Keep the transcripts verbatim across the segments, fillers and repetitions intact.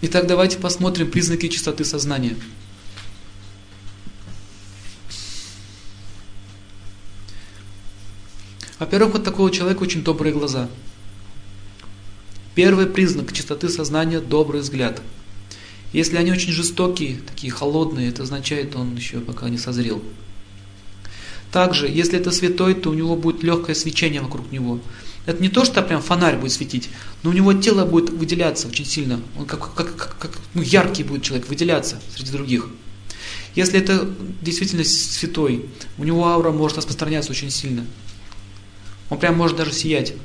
Итак, давайте посмотрим признаки чистоты сознания. Во-первых, вот такого человека очень добрые глаза. Первый признак чистоты сознания – добрый взгляд. Если они очень жестокие, такие холодные, это означает, он еще пока не созрел. Также, если это святой, то у него будет легкое свечение вокруг него. Это не то, что прям фонарь будет светить, но у него тело будет выделяться очень сильно. Он как, как, как, как ну, яркий будет человек, выделяться среди других. Если это действительно святой, у него аура может распространяться очень сильно. Он прям может даже сиять.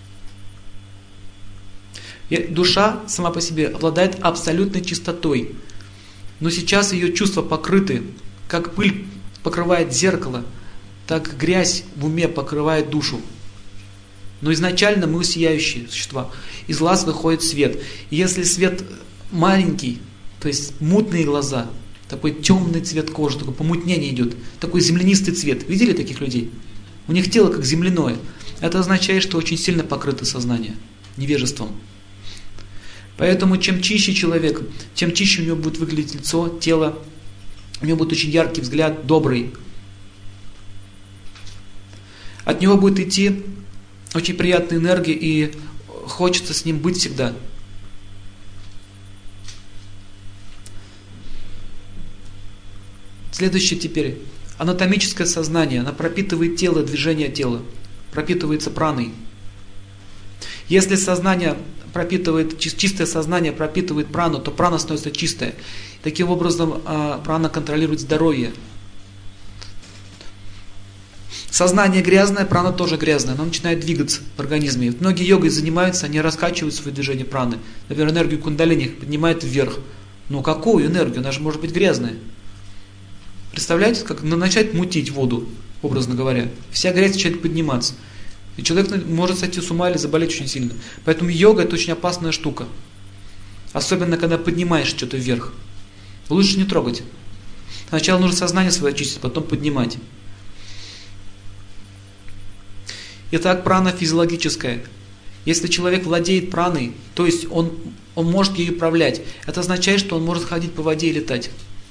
И душа сама по себе обладает абсолютной чистотой. Но сейчас ее чувства покрыты, как пыль покрывает зеркало, так грязь в уме покрывает душу. Но изначально мы сияющие существа. Из глаз выходит свет. И если свет маленький, то есть мутные глаза, такой темный цвет кожи, такое помутнение идет, такой землянистый цвет. Видели таких людей? У них тело как земляное. Это означает, что очень сильно покрыто сознание невежеством. Поэтому чем чище человек, тем чище у него будет выглядеть лицо, тело, у него будет очень яркий взгляд, добрый. От него будет идти очень приятная энергия, и хочется с ним быть всегда. Следующее теперь. Анатомическое сознание. Оно пропитывает тело, движение тела. Пропитывается праной. Если сознание пропитывает, чистое сознание пропитывает прану, то прана становится чистая. Таким образом, прана контролирует здоровье. Сознание грязное, прана тоже грязная, оно начинает двигаться в организме. Многие йогой занимаются, они раскачивают свои движения праны. Например, энергию кундалини поднимают вверх. Но какую энергию? Она же может быть грязная. Представляете, как начать мутить воду, образно говоря. Вся грязь начинает подниматься. И человек может сойти с ума или заболеть очень сильно. Поэтому йога – это очень опасная штука. Особенно, когда поднимаешь что-то вверх. Лучше не трогать. Сначала нужно сознание свое очистить, потом поднимать. Итак, прана физиологическая. Если человек владеет праной, то есть он, он может ею управлять, это означает, что он может ходить по воде и летать.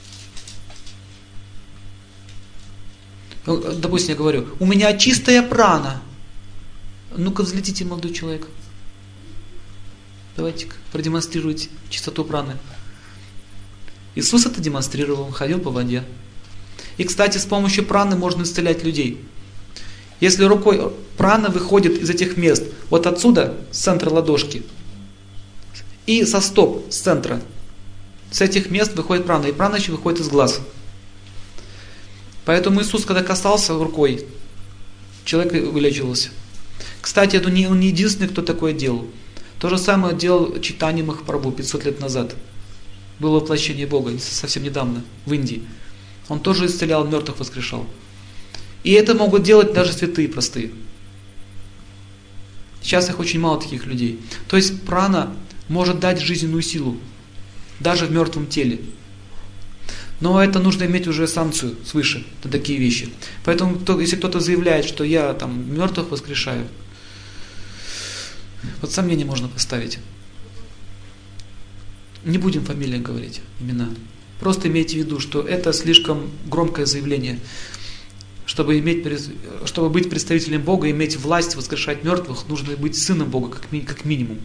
Допустим, я говорю, у меня чистая прана. Ну-ка взлетите, молодой человек. Давайте-ка продемонстрируйте чистоту праны. Иисус это демонстрировал, он ходил по воде. И, кстати, с помощью праны можно исцелять людей. Если рукой прана выходит из этих мест, вот отсюда, с центра ладошки, и со стоп, с центра, с этих мест выходит прана, и прана еще выходит из глаз. Поэтому Иисус, когда касался рукой, человек вылечивался. Кстати, это не, он не единственный, кто такое делал. То же самое делал Чайтанья Махапрабху пятьсот лет назад. Было воплощение Бога, совсем недавно, в Индии. Он тоже исцелял, мертвых воскрешал. И это могут делать даже святые простые. Сейчас их очень мало таких людей. То есть прана может дать жизненную силу, даже в мертвом теле. Но это нужно иметь уже санкцию свыше на такие вещи. Поэтому если кто-то заявляет, что я там мертвых воскрешаю, вот сомнение можно поставить. Не будем фамилии говорить, имена. Просто имейте в виду, что это слишком громкое заявление. Чтобы, иметь, чтобы быть представителем Бога, иметь власть воскрешать мертвых, нужно быть сыном Бога, как, ми, как минимум.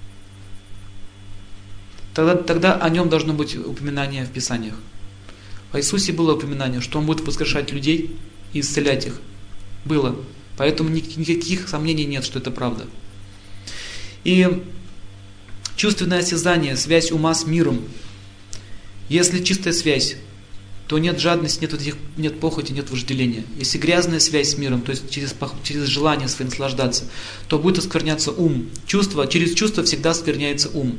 Тогда, тогда о нем должно быть упоминание в Писаниях. О Иисусе было упоминание, что Он будет воскрешать людей и исцелять их. Было. Поэтому никаких сомнений нет, что это правда. И чувственное осязание, связь ума с миром. Если чистая связь, то нет жадности, нет, вот этих, нет похоти, нет вожделения. Если грязная связь с миром, то есть через, через желание свое наслаждаться, то будет оскверняться ум. Чувство, через чувство всегда оскверняется ум.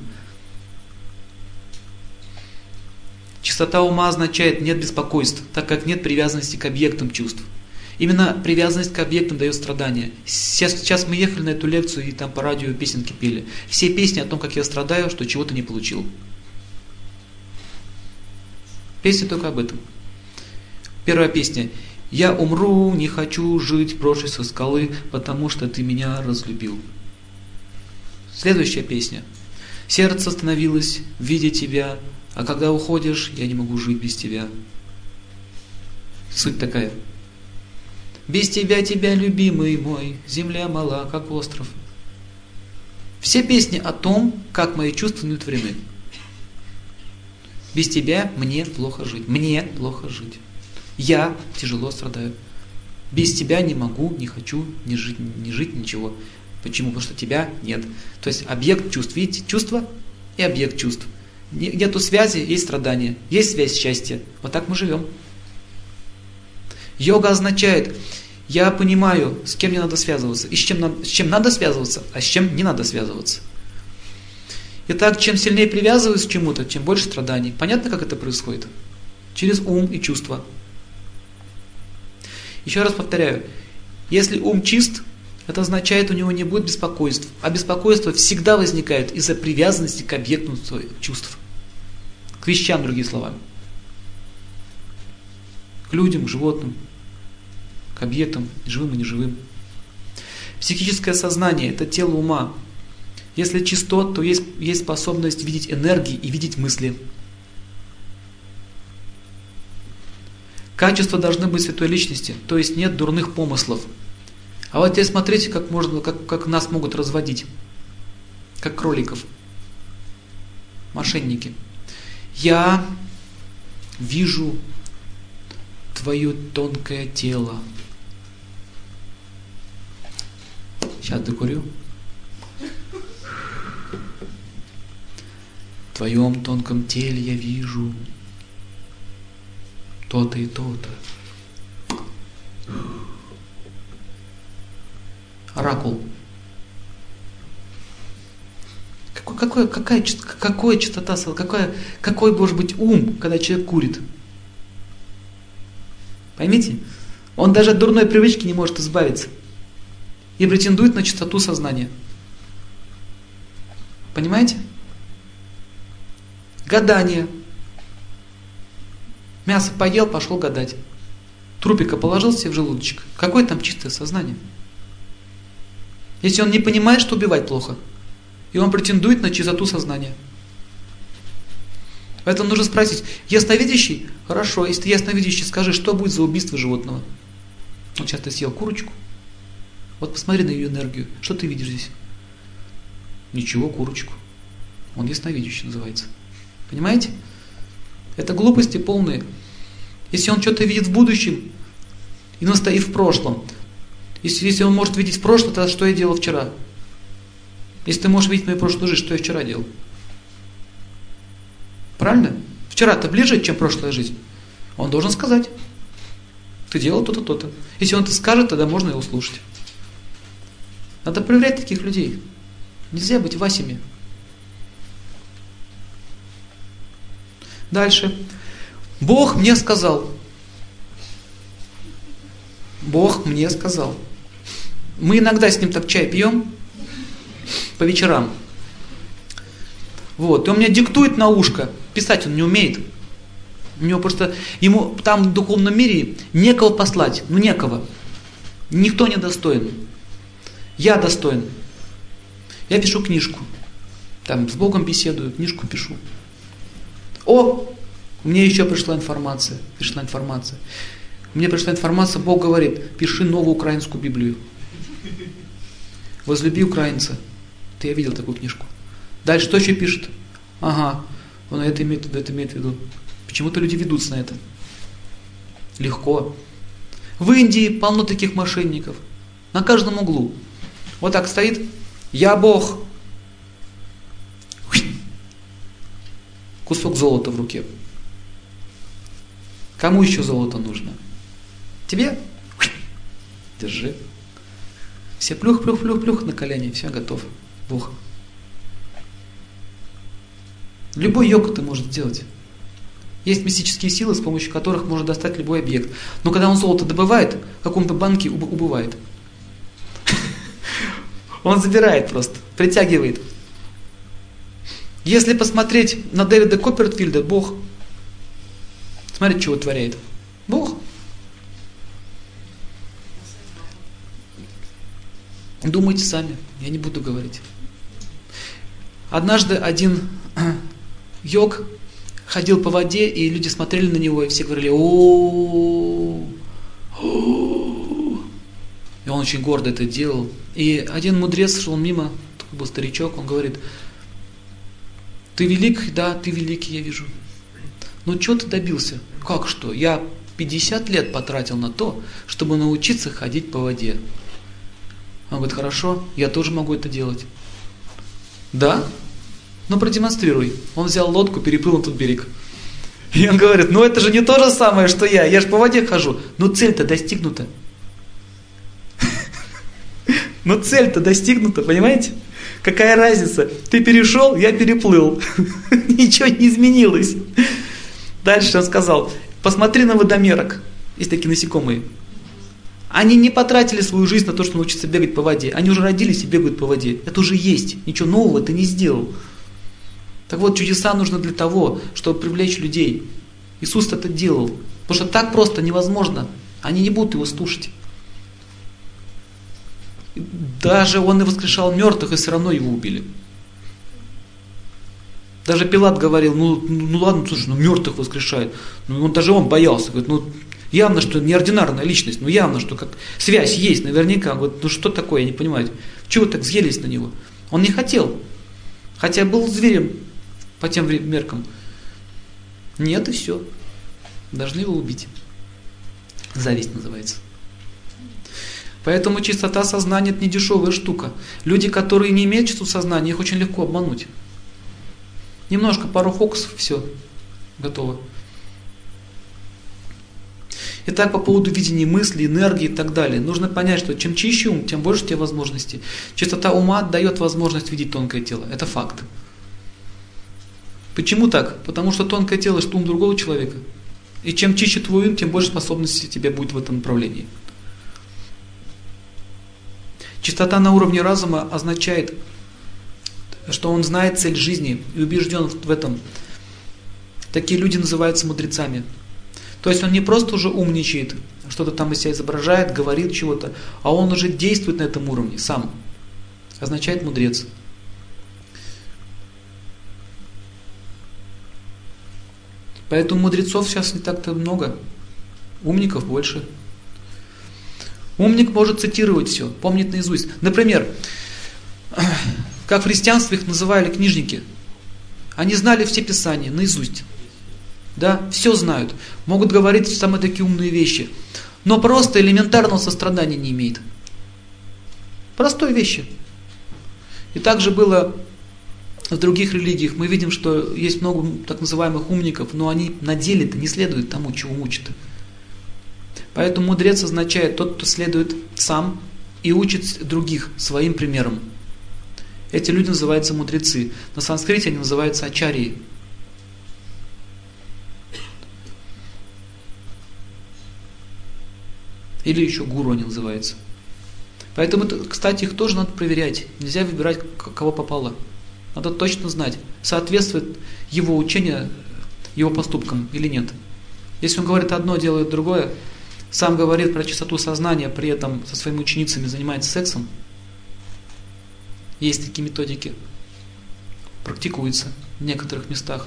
Чистота ума означает нет беспокойств, так как нет привязанности к объектам чувств. Именно привязанность к объектам дает страдания. Сейчас, сейчас мы ехали на эту лекцию и там по радио песенки пели. Все песни о том, как я страдаю, что чего-то не получил. Песня только об этом. Первая песня. «Я умру, не хочу жить, брошусь со скалы, потому что ты меня разлюбил». Следующая песня. Сердце остановилось, видя тебя, а когда уходишь, я не могу жить без тебя. Суть такая. Без тебя, тебя, любимый мой, земля мала, как остров. Все песни о том, как мои чувства не удовлетворены. Без тебя мне плохо жить. Мне плохо жить. Я тяжело страдаю. Без тебя не могу, не хочу, не жить, не жить ничего. Почему? Потому что тебя нет. То есть объект чувств. Видите, чувство и объект чувств. Нету связи, есть страдания. Есть связь счастья. Вот так мы живем. Йога означает, я понимаю, с кем мне надо связываться, и с чем, надо, с чем надо связываться, а с чем не надо связываться. Итак, чем сильнее привязываюсь к чему-то, тем больше страданий. Понятно, как это происходит? Через ум и чувства. Еще раз повторяю, если ум чист, это означает, у него не будет беспокойств. А беспокойство всегда возникает из-за привязанности к объекту своих чувств. К вещам, другими словами. К людям, к животным, к объектам, живым и неживым. Психическое сознание – это тело ума. Если чисто, то есть, есть способность видеть энергии и видеть мысли. Качества должны быть святой личности, то есть нет дурных помыслов. А вот теперь смотрите, как, можно, как, как нас могут разводить, как кроликов, мошенники. Я вижу твое тонкое тело. Сейчас докурю. В твоем тонком теле я вижу то-то и то-то. Оракул. Какой, какой, какая, какая частота, какая, какой может быть ум, когда человек курит? Поймите? Он даже от дурной привычки не может избавиться. И претендует на чистоту сознания. Понимаете? Гадание. Мясо поел, пошел гадать. Трупика положил себе в желудочек. Какое там чистое сознание? Если он не понимает, что убивать плохо, и он претендует на чистоту сознания. Поэтому нужно спросить, ясновидящий? Хорошо, если ты ясновидящий, скажи, что будет за убийство животного? Вот сейчас ты съел курочку. Вот посмотри на ее энергию. Что ты видишь здесь? Ничего, курочку. Он ясновидящий называется. Понимаете? Это глупости полные. Если он что-то видит в будущем и в прошлом, если, если он может видеть в прошлом, тогда что я делал вчера? Если ты можешь видеть мою прошлую жизнь, что я вчера делал? Правильно? Вчера-то ближе, чем прошлая жизнь. Он должен сказать. Ты делал то-то, то-то. Если он это скажет, тогда можно его слушать. Надо проверять таких людей. Нельзя быть Васями. Дальше. Бог мне сказал. Бог мне сказал. Мы иногда с ним так чай пьем по вечерам. Вот. И он мне диктует на ушко. Писать он не умеет. У него просто, ему там в духовном мире некого послать. Ну некого. Никто не достоин. Я достоин. Я пишу книжку. Там с Богом беседую, книжку пишу. О, мне еще пришла информация. Пришла информация. Мне пришла информация, Бог говорит, пиши новую украинскую Библию. Возлюби украинца. Ты я видел такую книжку. Дальше что еще пишет? Ага, он это имеет в виду, это имеет в виду. Почему-то люди ведутся на это. Легко. В Индии полно таких мошенников. На каждом углу. Вот так стоит. Я Бог. Кусок золота в руке. Кому еще золото нужно? Тебе? Держи. Все плюх-плюх-плюх-плюх на колени. Все, готов. Бог. Любой йогу ты можешь сделать. Есть мистические силы, с помощью которых можно достать любой объект. Но когда он золото добывает, в каком-то банке убывает. Он забирает просто, притягивает. Если посмотреть на Дэвида Копперфильда, Бог, смотрите, что творяет. Бог. Думайте сами, я не буду говорить. Однажды один йог ходил по воде, и люди смотрели на него, и все говорили: о, и он очень гордо это делал. И один мудрец шел мимо, такой был старичок, он говорит: ты велик? Да, ты великий, я вижу. Ну, чего ты добился? Как что? Я пятьдесят лет потратил на то, чтобы научиться ходить по воде. Он говорит: хорошо, я тоже могу это делать. Да? Ну, продемонстрируй. Он взял лодку, переплыл на тот берег. И он говорит: ну это же не то же самое, что я, я же по воде хожу. Но цель-то достигнута. Но цель-то достигнута, понимаете? Какая разница? Ты перешел, я переплыл. Ничего не изменилось. Дальше он сказал: посмотри на водомерок. Есть такие насекомые. Они не потратили свою жизнь на то, чтобы научиться бегать по воде. Они уже родились и бегают по воде. Это уже есть. Ничего нового ты не сделал. Так вот, чудеса нужны для того, чтобы привлечь людей. Иисус это делал. Потому что так просто невозможно. Они не будут его слушать. Даже он и воскрешал мертвых, и все равно его убили. Даже Пилат говорил: ну, ну, ну ладно, слушай, ну мертвых воскрешает. Ну, он, даже он боялся. Говорит: ну явно, что неординарная личность, ну явно, что как связь есть наверняка. Говорит: ну что такое, я не понимаю. Чего вы так взъелись на него? Он не хотел. Хотя был зверем по тем меркам. Нет, и все. Должны его убить. Зависть называется. Поэтому чистота сознания – это не дешевая штука. Люди, которые не имеют чистоту сознания, их очень легко обмануть. Немножко, пару фокусов, все, готово. Итак, по поводу видения мысли, энергии и так далее. Нужно понять, что чем чище ум, тем больше у тебя возможностей. Чистота ума дает возможность видеть тонкое тело. Это факт. Почему так? Потому что тонкое тело – это ум другого человека. И чем чище твой ум, тем больше способностей у тебя будет в этом направлении. Чистота на уровне разума означает, что он знает цель жизни и убежден в этом. Такие люди называются мудрецами. То есть он не просто уже умничает, что-то там из себя изображает, говорит чего-то, а он уже действует на этом уровне сам. Означает мудрец. Поэтому мудрецов сейчас не так-то много, умников больше. Умник может цитировать все, помнит наизусть. Например, как в христианстве их называли книжники. Они знали все писания наизусть. Да, все знают. Могут говорить самые такие умные вещи. Но просто элементарного сострадания не имеет. Простые вещи. И также было в других религиях. Мы видим, что есть много так называемых умников, но они на деле-то не следуют тому, чего учат. Поэтому мудрец означает тот, кто следует сам и учит других своим примером. Эти люди называются мудрецы. На санскрите они называются ачарьи. Или еще гуру они называются. Поэтому, кстати, их тоже надо проверять. Нельзя выбирать, кого попало. Надо точно знать, соответствует его учение его поступкам или нет. Если он говорит одно, делает другое, сам говорит про чистоту сознания, при этом со своими ученицами занимается сексом. Есть такие методики. Практикуются в некоторых местах.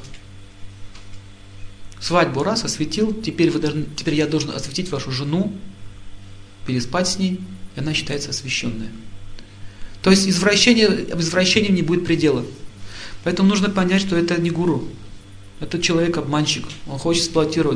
Свадьбу раз осветил, теперь, вы должны, теперь я должен осветить вашу жену, переспать с ней, и она считается освященная. То есть извращение, извращением не будет предела. Поэтому нужно понять, что это не гуру. Это человек-обманщик. Он хочет эксплуатировать.